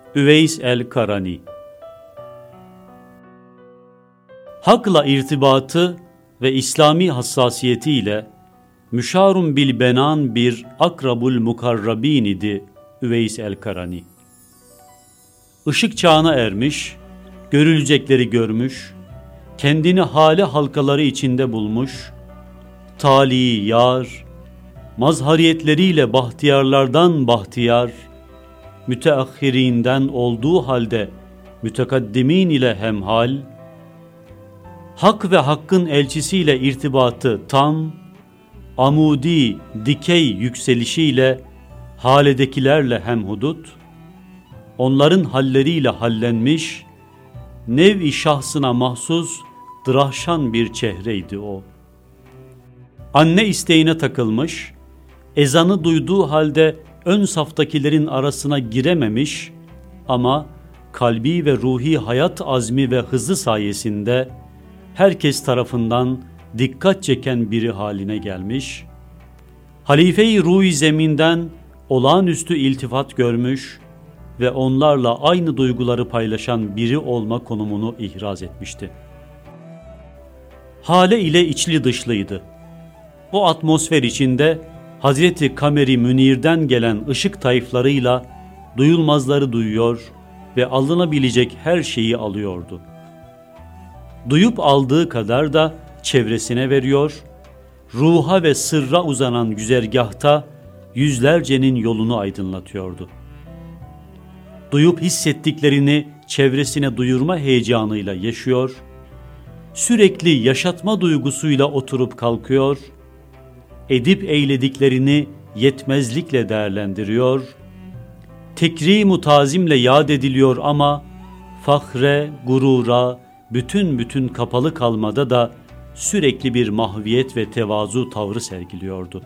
Üveys el-Karani. Hak'la irtibatı ve İslami hassasiyetiyle müşarun bil benan bir akrabul mukarrabin idi Üveys el-Karani. Işık çağına ermiş, görülecekleri görmüş, kendini hale halkaları içinde bulmuş, tali yar, mazhariyetleriyle bahtiyarlardan bahtiyar, müteahhirinden olduğu halde mütekaddimin ile hemhal, hak ve hakkın elçisiyle irtibatı tam, amudi, dikey yükselişiyle haledekilerle hemhudut, onların halleriyle hallenmiş, nev-i şahsına mahsus drahşan bir çehreydi o. Anne isteğine takılmış, ezanı duyduğu halde ön saftakilerin arasına girememiş ama kalbi ve ruhi hayat azmi ve hızı sayesinde herkes tarafından dikkat çeken biri haline gelmiş, halife-i ruh-i zeminden olağanüstü iltifat görmüş ve onlarla aynı duyguları paylaşan biri olma konumunu ihraz etmişti. Hale ile içli dışlıydı. O atmosfer içinde Hazreti Kamer-i Münir'den gelen ışık tayflarıyla duyulmazları duyuyor ve alınabilecek her şeyi alıyordu. Duyup aldığı kadar da çevresine veriyor, ruha ve sırra uzanan güzergahta yüzlercenin yolunu aydınlatıyordu. Duyup hissettiklerini çevresine duyurma heyecanıyla yaşıyor, sürekli yaşatma duygusuyla oturup kalkıyor, edip eylediklerini yetmezlikle değerlendiriyor, tekrim-u tazimle yad ediliyor ama fahre, gurura, bütün kapalı kalmada da sürekli bir mahviyet ve tevazu tavrı sergiliyordu.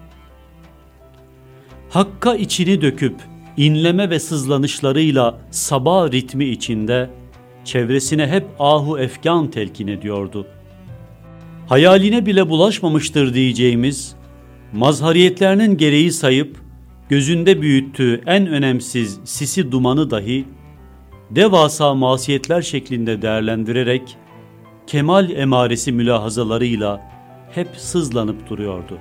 Hakka içini döküp inleme ve sızlanışlarıyla sabah ritmi içinde çevresine hep ahu efkan telkin ediyordu. Hayaline bile bulaşmamıştır diyeceğimiz, mazhariyetlerinin gereği sayıp gözünde büyüttüğü en önemsiz sisi dumanı dahi devasa masiyetler şeklinde değerlendirerek kemal emaresi mülahazalarıyla hep sızlanıp duruyordu.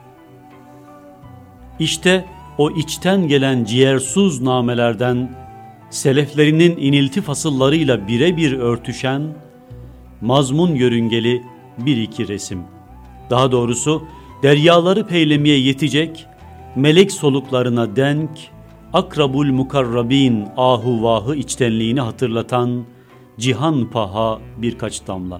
İşte o içten gelen ciğersuz namelerden seleflerinin inilti fasıllarıyla birebir örtüşen mazmun yörüngeli bir iki resim. Daha doğrusu deryaları peylemeye yetecek melek soluklarına denk akrabul mukarrabin ahuvahı içtenliğini hatırlatan cihan paha birkaç damla.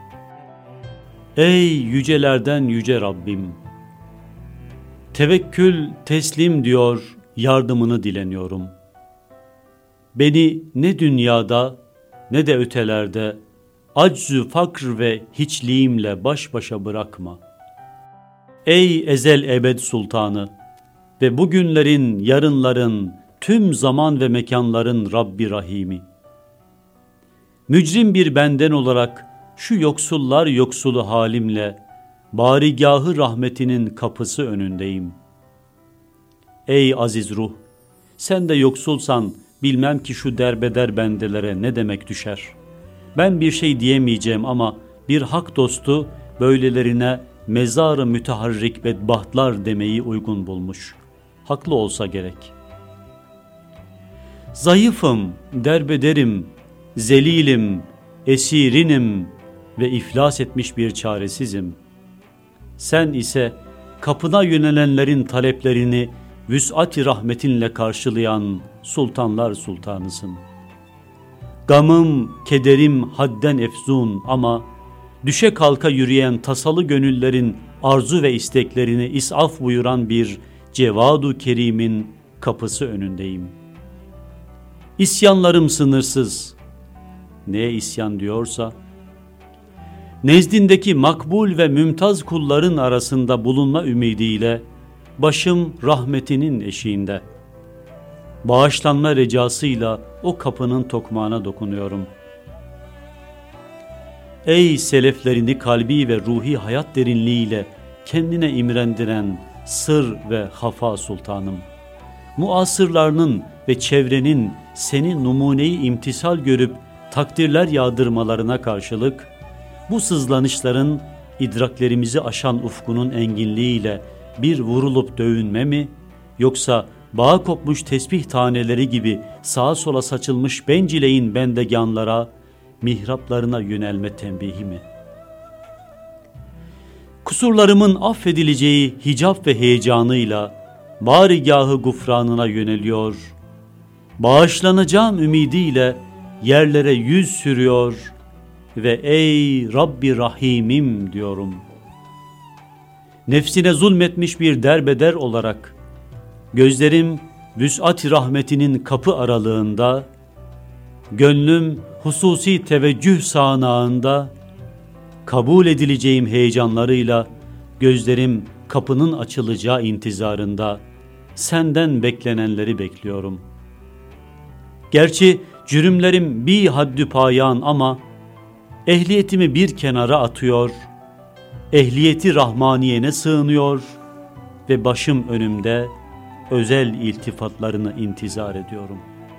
Ey yücelerden yüce Rabbim! Tevekkül teslim diyor, yardımını dileniyorum. Beni ne dünyada ne de ötelerde aczü fakr ve hiçliğimle baş başa bırakma. Ey ezel ebed sultanı ve bugünlerin, yarınların, tüm zaman ve mekanların Rabbi Rahimi. Mücrim bir benden olarak şu yoksullar yoksulu halimle barigahı rahmetinin kapısı önündeyim. Ey aziz ruh, sen de yoksulsan bilmem ki şu derbeder bendelere ne demek düşer. Ben bir şey diyemeyeceğim ama bir hak dostu böylelerine mezar-ı müteharrik bedbahtlar demeyi uygun bulmuş. Haklı olsa gerek. Zayıfım, derbederim, zelilim, esirinim ve iflas etmiş bir çaresizim. Sen ise kapına yönelenlerin taleplerini vüs'at-i rahmetinle karşılayan sultanlar sultanısın. Gamım, kederim hadden efzun ama düşe kalka yürüyen tasalı gönüllerin arzu ve isteklerini isaf buyuran bir Cevadu Kerim'in kapısı önündeyim. İsyanlarım sınırsız. Neye isyan diyorsa, nezdindeki makbul ve mümtaz kulların arasında bulunma ümidiyle başım rahmetinin eşiğinde. Bağışlanma recasıyla o kapının tokmağına dokunuyorum. Ey seleflerini kalbi ve ruhi hayat derinliğiyle kendine imrendiren sır ve hafa sultanım! muasırlarının ve çevrenin seni numune-i imtisal görüp takdirler yağdırmalarına karşılık, bu sızlanışların idraklerimizi aşan ufkunun enginliğiyle bir vurulup dövünme mi, yoksa bağa kopmuş tesbih taneleri gibi sağa sola saçılmış bencileyin bendeganlara, mihraplarına yönelme tembihi mi? Kusurlarımın affedileceği hicap ve heyecanıyla barigahı gufranına yöneliyor, bağışlanacağım ümidiyle yerlere yüz sürüyor ve ey Rabbi Rahimim diyorum. Nefsine zulmetmiş bir derbeder olarak gözlerim vüs'at-i rahmetinin kapı aralığında, gönlüm hususi teveccüh sağanağında, kabul edileceğim heyecanlarıyla gözlerim kapının açılacağı intizarında senden beklenenleri bekliyorum. Gerçi cürümlerim bir haddü payan ama ehliyetimi bir kenara atıyor, ehliyeti rahmaniyene sığınıyor ve başım önümde özel iltifatlarını intizar ediyorum.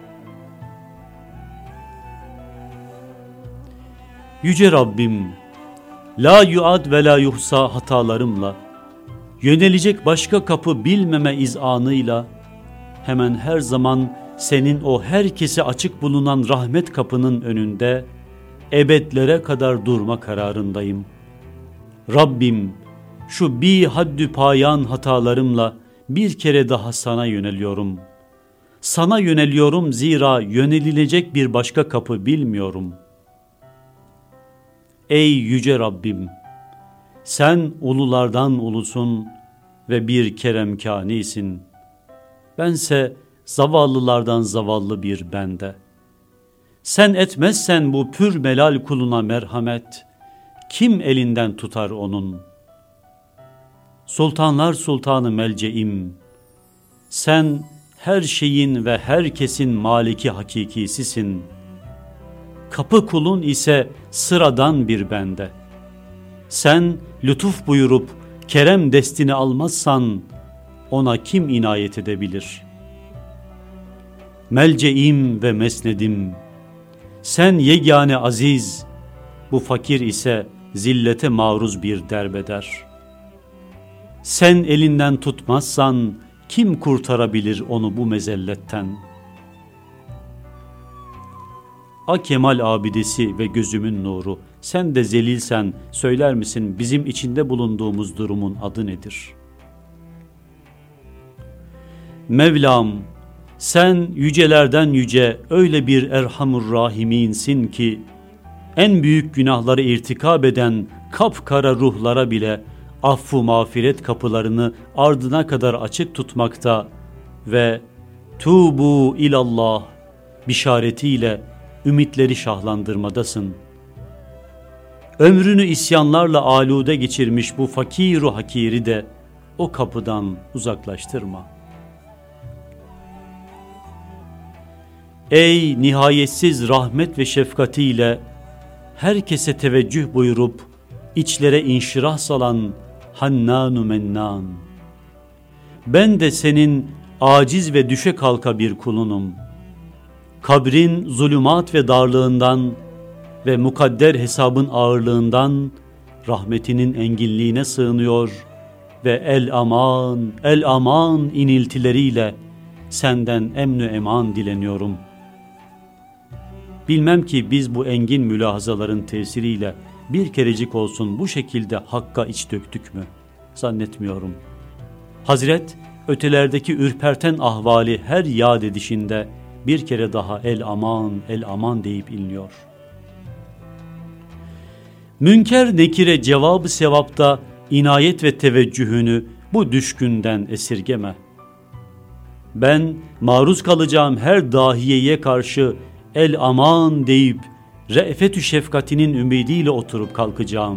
Yüce Rabbim, la yuad ve la yuhsa hatalarımla, yönelecek başka kapı bilmeme izanıyla, hemen her zaman senin o herkese açık bulunan rahmet kapının önünde ebedlere kadar durma kararındayım. Rabbim, şu bir haddü payan hatalarımla bir kere daha sana yöneliyorum. Sana yöneliyorum zira yönelilecek bir başka kapı bilmiyorum. Ey yüce Rabbim, sen ululardan ulusun ve bir keremkânisin. Bense zavallılardan zavallı bir bende. Sen etmezsen bu pür melal kuluna merhamet, kim elinden tutar onun? Sultanlar sultanı melceim, sen her şeyin ve herkesin maliki hakikisisin. Kapı kulun ise sıradan bir bende. Sen lütuf buyurup kerem destini almazsan ona kim inayet edebilir? Melceim ve mesnedim, sen yegane aziz, bu fakir ise zillete maruz bir derbeder. Sen elinden tutmazsan kim kurtarabilir onu bu mezelletten? A Kemal abidesi ve gözümün nuru, sen de zelilsen söyler misin bizim içinde bulunduğumuz durumun adı nedir? Mevlam, sen yücelerden yüce öyle bir Erhamur Rahiminsin ki, en büyük günahları irtikab eden kapkara ruhlara bile affu mağfiret kapılarını ardına kadar açık tutmakta ve tubu ilallah bişaretiyle ümitleri şahlandırmadasın. Ömrünü isyanlarla alude geçirmiş bu fakiru hakiri de o kapıdan uzaklaştırma. Ey nihayetsiz rahmet ve şefkatiyle herkese teveccüh buyurup içlere inşirah salan Hannanu Mennan. Ben de senin aciz ve düşe kalka bir kulunum. Kabrin zulümat ve darlığından ve mukadder hesabın ağırlığından rahmetinin enginliğine sığınıyor ve el aman iniltileriyle senden emnü eman dileniyorum. Bilmem ki biz bu engin mülahazaların tesiriyle bir kerecik olsun bu şekilde hakka iç döktük mü? Zannetmiyorum. Hazret, ötelerdeki ürperten ahvali her yad edişinde bir kere daha el aman deyip inliyor. Münker nekire cevabı sevapta inayet ve teveccühünü bu düşkünden esirgeme. Ben maruz kalacağım her dahiyeye karşı el aman deyip re'fetü şefkatinin ümidiyle oturup kalkacağım.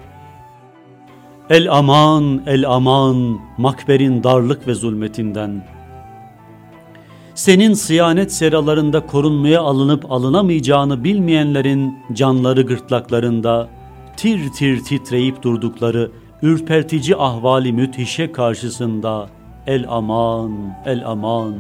El aman makberin darlık ve zulmetinden. Senin sıyanet seralarında korunmaya alınıp alınamayacağını bilmeyenlerin canları gırtlaklarında tir tir titreyip durdukları ürpertici ahvali müthişe karşısında el aman, el aman.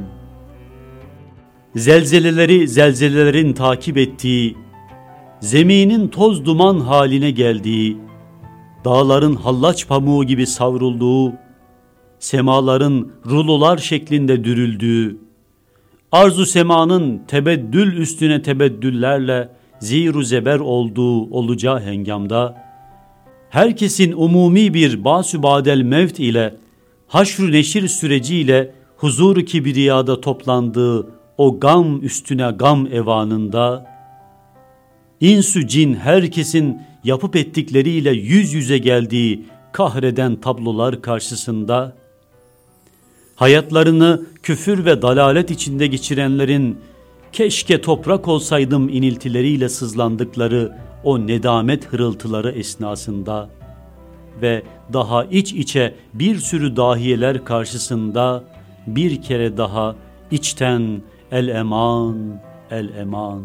Zelzeleleri zelzelelerin takip ettiği, zeminin toz duman haline geldiği, dağların hallaç pamuğu gibi savrulduğu, semaların rulolar şeklinde dürüldüğü, arzu semanın tebeddül üstüne tebeddüllerle ziru zeber olduğu olacağı hengamda, herkesin umumi bir basübadel mevt ile, haşr-ı neşir süreciyle huzur-u kibriyada toplandığı o gam üstüne gam evanında, insü cin herkesin yapıp ettikleriyle yüz yüze geldiği kahreden tablolar karşısında, hayatlarını küfür ve dalalet içinde geçirenlerin keşke toprak olsaydım iniltileriyle sızlandıkları o nedamet hırıltıları esnasında ve daha iç içe bir sürü dahiyeler karşısında bir kere daha içten el eman, el eman.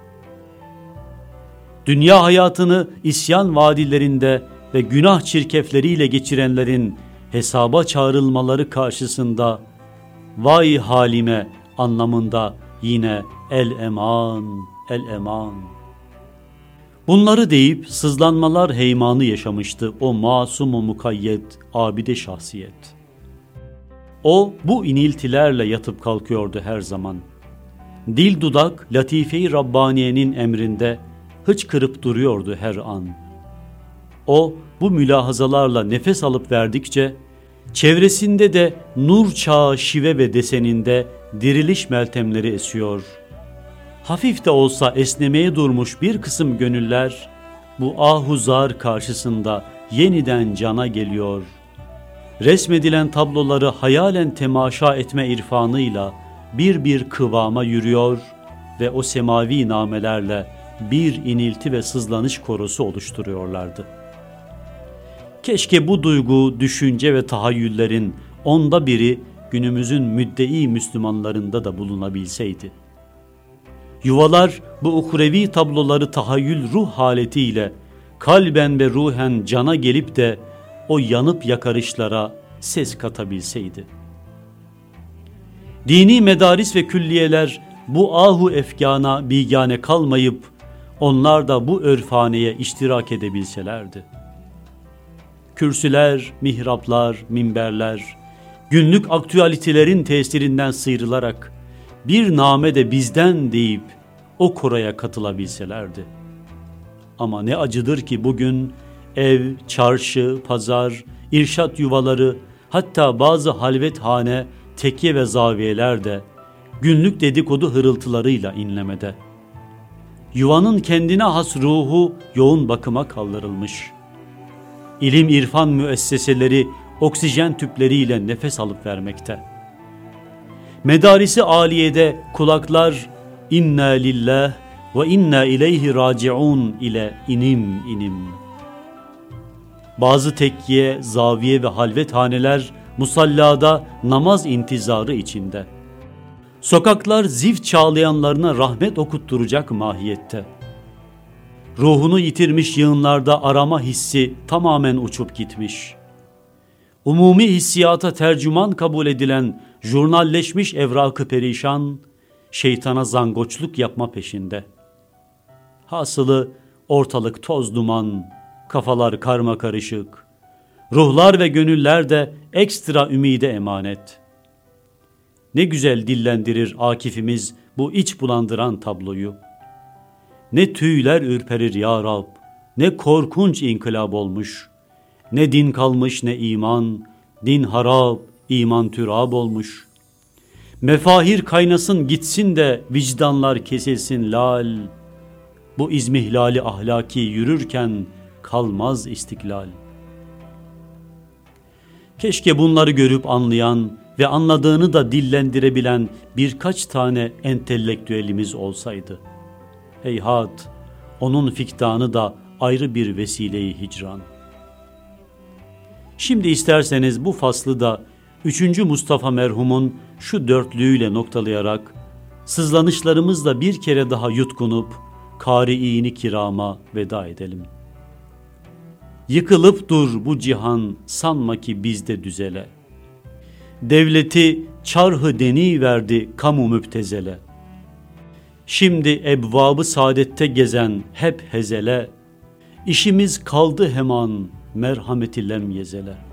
Dünya hayatını isyan vadilerinde ve günah çirkefleriyle geçirenlerin hesaba çağrılmaları karşısında vay halime anlamında yine el eman, el eman. Bunları deyip sızlanmalar heymanı yaşamıştı o masum-u mukayyet abide şahsiyet. O bu iniltilerle yatıp kalkıyordu her zaman. Dil dudak latife-i Rabbaniye'nin emrinde hıçkırıp duruyordu her an. O bu mülahazalarla nefes alıp verdikçe çevresinde de nur çağı şive ve deseninde diriliş meltemleri esiyor. Hafif de olsa esnemeye durmuş bir kısım gönüller bu ahuzar karşısında yeniden cana geliyor. Resmedilen tabloları hayalen temaşa etme irfanıyla bir kıvama yürüyor ve o semavi namelerle bir inilti ve sızlanış korosu oluşturuyorlardı. Keşke bu duygu, düşünce ve tahayyüllerin onda biri günümüzün müddei Müslümanlarında da bulunabilseydi. Yuvalar bu uhrevi tabloları tahayyül ruh haletiyle kalben ve ruhen cana gelip de o yanıp yakarışlara ses katabilseydi. Dini medaris ve külliyeler bu ahu efkana bigane kalmayıp onlar da bu örfaneye iştirak edebilselerdi. Kürsüler, mihraplar, minberler, günlük aktüalitelerin tesirinden sıyrılarak bir name de bizden deyip o koraya katılabilselerdi. Ama ne acıdır ki bugün ev, çarşı, pazar, irşat yuvaları, hatta bazı halvethane, tekke ve zaviyeler de günlük dedikodu hırıltılarıyla inlemede. Yuvanın kendine has ruhu yoğun bakıma kaldırılmış. İlim irfan müesseseleri oksijen tüpleriyle nefes alıp vermekte. Medarisi aliyede kulaklar inna lillah ve inna ileyhi raciun ile inim inim. Bazı tekkiye, zaviye ve halvethaneler musallada namaz intizarı içinde. Sokaklar zift çağlayanlarına rahmet okutturacak mahiyette. Ruhunu yitirmiş yığınlarda arama hissi tamamen uçup gitmiş. Umumi hissiyata tercüman kabul edilen jurnalleşmiş evrakı perişan, şeytana zangoçluk yapma peşinde. Hasılı ortalık toz duman, kafalar karma karışık, ruhlar ve gönüller de ekstra ümide emanet. Ne güzel dillendirir Akif'imiz bu iç bulandıran tabloyu. Ne tüyler ürperir ya Rab, ne korkunç inkılap olmuş. Ne din kalmış ne iman, din harap, iman türab olmuş. Mefahir kaynasın gitsin de vicdanlar kesilsin lal. Bu izmihlali ahlaki yürürken kalmaz istiklal. Keşke bunları görüp anlayan ve anladığını da dillendirebilen birkaç tane entelektüelimiz olsaydı. Heyhat, onun fikdanı da ayrı bir vesile-i hicran. Şimdi isterseniz bu faslı da 3. Mustafa merhumun şu dörtlüğüyle noktalayarak sızlanışlarımızla bir kere daha yutkunup kâri-i kirama veda edelim. Yıkılıp dur bu cihan, sanma ki bizde düzele. devleti çarhı deni verdi kamu müptezele. Şimdi ebvabı saadette gezen hep hezele, İşimiz kaldı hemen merhameti lem yezele.